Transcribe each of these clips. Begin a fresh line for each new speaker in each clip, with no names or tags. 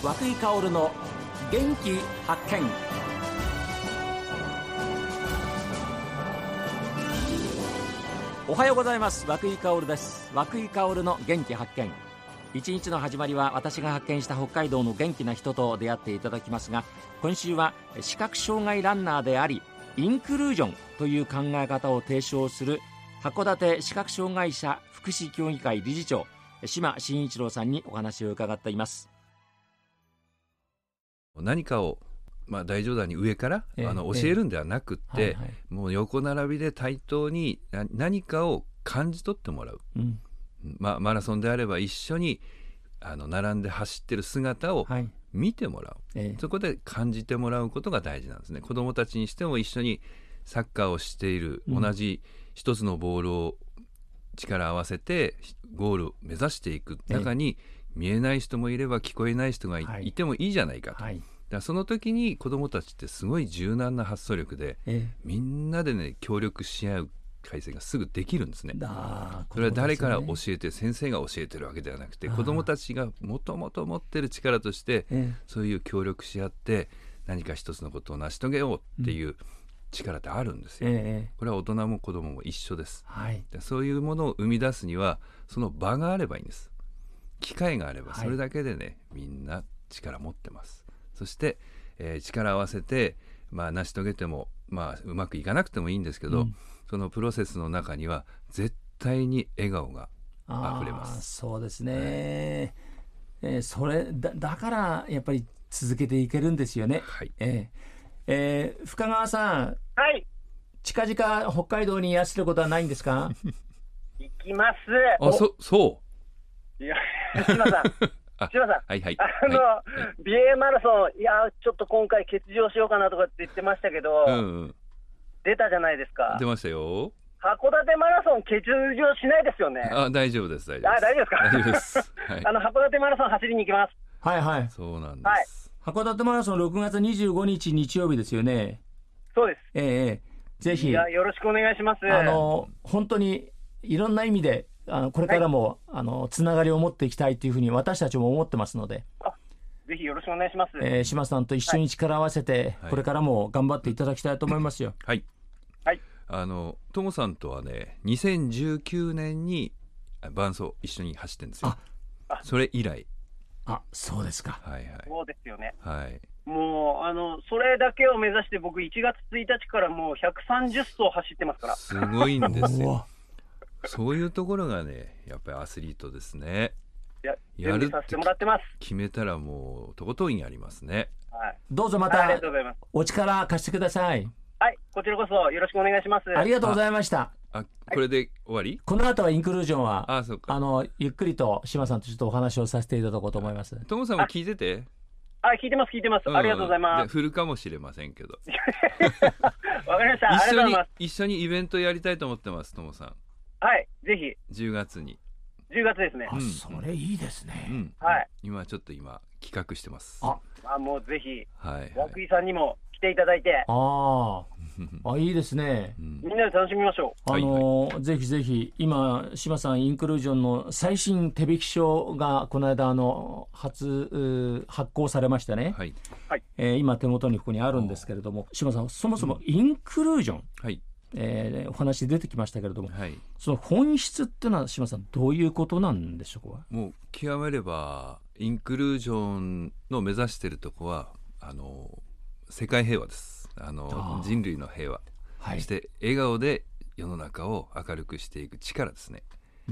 井香の元気発見。おはようございます。涌井香です。涌井香の元気発見。一日の始まりは私が発見した北海道の元気な人と出会っていただきますが、今週は視覚障害ランナーでありインクルージョンという考え方を提唱する函館視覚障害者福祉協議会理事長島真一郎さんにお話を伺っています。
何かを大冗談に上から教えるんではなくって、もう横並びで対等に何かを感じ取ってもらう、マラソンであれば一緒に並んで走ってる姿を見てもらう、そこで感じてもらうことが大事なんですね。子どもたちにしても一緒にサッカーをしている、同じ一つのボールを力を合わせてゴールを目指していく中に、見えない人もいれば聞こえない人が いてもいいじゃないかと、だからその時に子どもたちってすごい柔軟な発想力で、みんなでね協力し合う改正がすぐできるんですね。それは誰から教えて先生が教えてるわけではなくて、子どもたちがもともと持ってる力として、そういう協力し合って何か一つのことを成し遂げようっていう力ってあるんですよ。これは大人も子どもも一緒です、でそういうものを生み出すにはその場があればいいんです。機会があればそれだけでね、みんな力持ってます。そして、力を合わせて、成し遂げても、うまくいかなくてもいいんですけど、そのプロセスの中には絶対に笑顔があふれます。
そうですね、それ だからやっぱり続けていけるんですよね。深川さん、近々北海道にいらっしゃることはないんですか？
行きます。
そう
いや島さん美瑛マラソン、いやちょっと今回欠場しようかなとかって言ってましたけど、出たじゃないですか。
出ましたよ。
函館マラソン欠場しないですよね？
大丈夫です。大丈夫です。
函館マラソン走りに行きます。
そうなんです、
函館マラソン6月25日日曜日ですよね。
そうで
す、ぜひ
よろしくお願いします。
本当にいろんな意味でこれからも、つながりを持っていきたいというふうに私たちも思ってますので、
ぜひよろしくお願いします。
島さんと一緒に力を合わせて、これからも頑張っていただきたいと思いますよ。
トモさんとはね2019年に伴走一緒に走ってるんですよ。それ以来。
そうですか。
そうですよね。もうそれだけを目指して僕1月1日からもう130走走ってますから。
すごいんですよそういうところがねやっぱりアスリートですね。
準備させてもらってます。
決めたらもうとことんやりますね。
どうぞまたお力貸してください。
こちらこそよろしくお願いします。
ありがとうございました。
これで終わり？
この後はインクルージョンは
そうか、
ゆっくりと島さんとちょっとお話をさせていただこうと思います。
トモさんも聞いてて。
聞いてます。ありがとうございます。
振るかもしれませんけど
わかりました。ありがとうございます。
一緒にイベントやりたいと思ってます。トモさん。
ぜひ
10月に。
10月ですね。
それいいですね。
今企画してます。
もうぜひ涌井さんにも来ていただいて。
いいですね。
みんなで楽しみましょ
う。ぜひぜひ今島さんインクルージョンの最新手引き書がこの間発行されましたね。今手元にここにあるんですけれども、島さんそもそもインクルージョン、お話出てきましたけれども、その本質っていうのは島さんどういうことなんでしょうか？
もう極めればインクルージョンの目指しているところは世界平和です。人類の平和、そして笑顔で世の中を明るくしていく力ですね。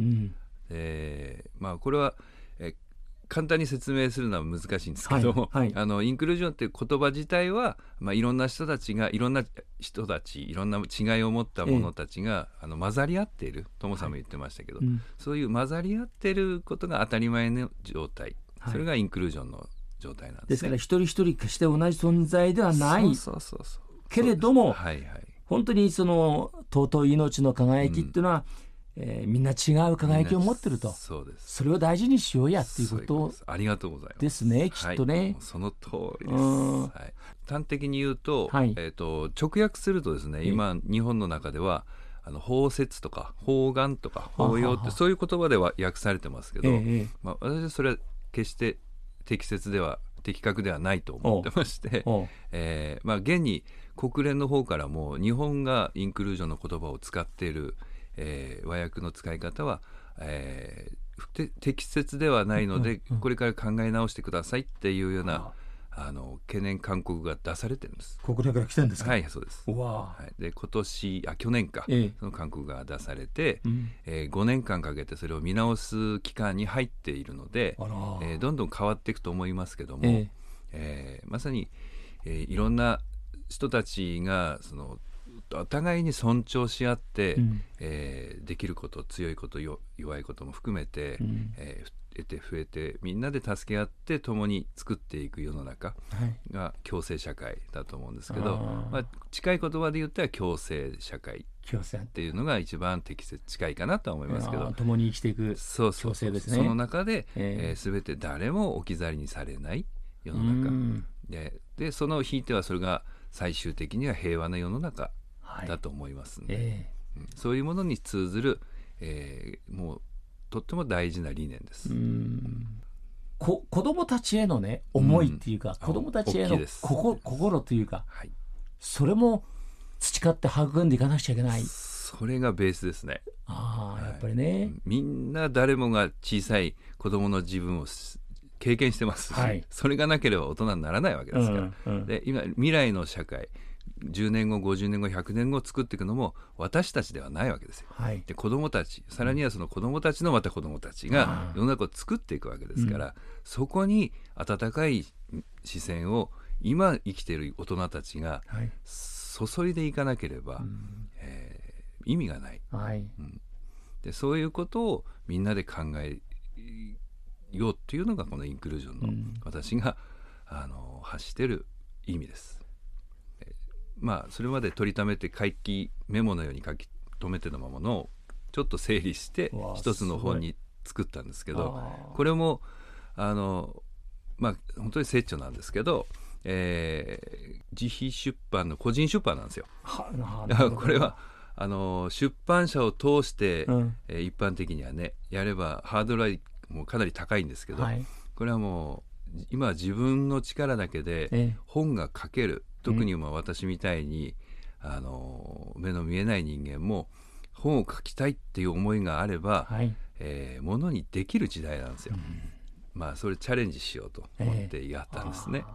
これは、簡単に説明するのは難しいんですけども、インクルージョンっていう言葉自体は、いろんな人たちいろんな違いを持った者たちが、混ざり合っている。トモさんも言ってましたけど、そういう混ざり合っていることが当たり前の状態、それがインクルージョンの状態なんですね。
ですから一人一人決して同じ存在ではないけれども、本当にその尊い命の輝きっていうのは、みんな違う輝きを持ってると。それを大事にしようやっていうこと
ありがとうございます
ですね。きっとね、
その通りです。端的に言うと、直訳するとですね、今日本の中では包摂とか包含とか包容ってそういう言葉では訳されてますけど、私はそれは決して適切では的確ではないと思ってまして、現に国連の方からも日本がインクルージョンの言葉を使っている、和訳の使い方は、適切ではないので、これから考え直してくださいっていうような懸念勧告が出されてるんです。
国連から来てるんですか？
はい、そうです。で去年か、その勧告が出されて、5年間かけてそれを見直す期間に入っているので、どんどん変わっていくと思いますけども、まさに、いろんな人たちがお互いに尊重し合って、できること、強いこと、弱いことも含めて、得て増えてみんなで助け合って共に作っていく世の中が共生社会だと思うんですけど、近い言葉で言ったら共生社会っていうのが一番近いかなとは思いますけど、
共に生きていく共生ですね。
その中で、全て誰も置き去りにされない世の中で、そのひいてはそれが最終的には平和な世の中だと思いますので、そういうものに通ずる、もうとっても大事な理念です。
子供たちへのね、思いっていうか、子供たちへの心というか、それも培って育んでいかなくちゃいけない。
それがベースですね。
やっぱりね、
みんな誰もが小さい子供の自分を経験してますし、それがなければ大人にならないわけですから、で今未来の社会、10年後50年後100年後作っていくのも私たちではないわけですよ、で子どもたち、さらにはその子どもたちのまた子どもたちが世の中を作っていくわけですから、そこに温かい視線を今生きている大人たちが注いでいかなければ、意味がない、でそういうことをみんなで考えようというのがこのインクルージョンの私が発している意味です。それまで取りためて回帰メモのように書き留めてたものをちょっと整理して一つの本に作ったんですけど、これも本当に折衷なんですけど、自費出版の個人出版なんですよ。これは出版社を通して、一般的にはねやればハードルはもうかなり高いんですけど、これはもう今は自分の力だけで本が書ける、特に私みたいに目の見えない人間も本を書きたいっていう思いがあれば、ものにできる時代なんですよ。それチャレンジしようと思ってやったんですね。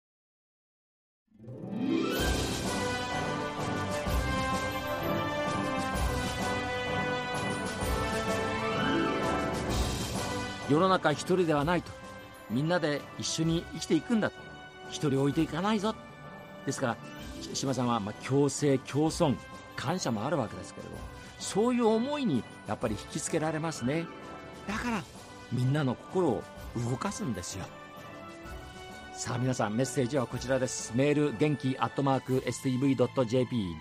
世の中一人ではないと、みんなで一緒に生きていくんだと、一人置いていかないぞ。ですから島さんは共生共存感謝もあるわけですけれど、そういう思いにやっぱり引きつけられますね。だからみんなの心を動かすんですよ。さあ皆さん、メッセージはこちらです。メール元気@stv.jp、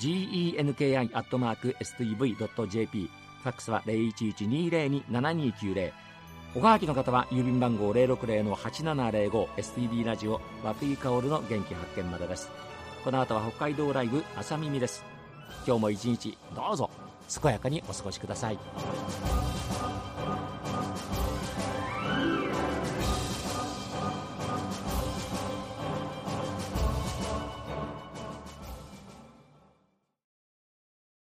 genki@stv.jp、 ファックスは 011-202-7290。おはがきの方は郵便番号 060-8705 STB ラジオ和久井薫の元気発見までです。この後は北海道ライブ朝耳です。今日も一日どうぞ健やかにお過ごしください。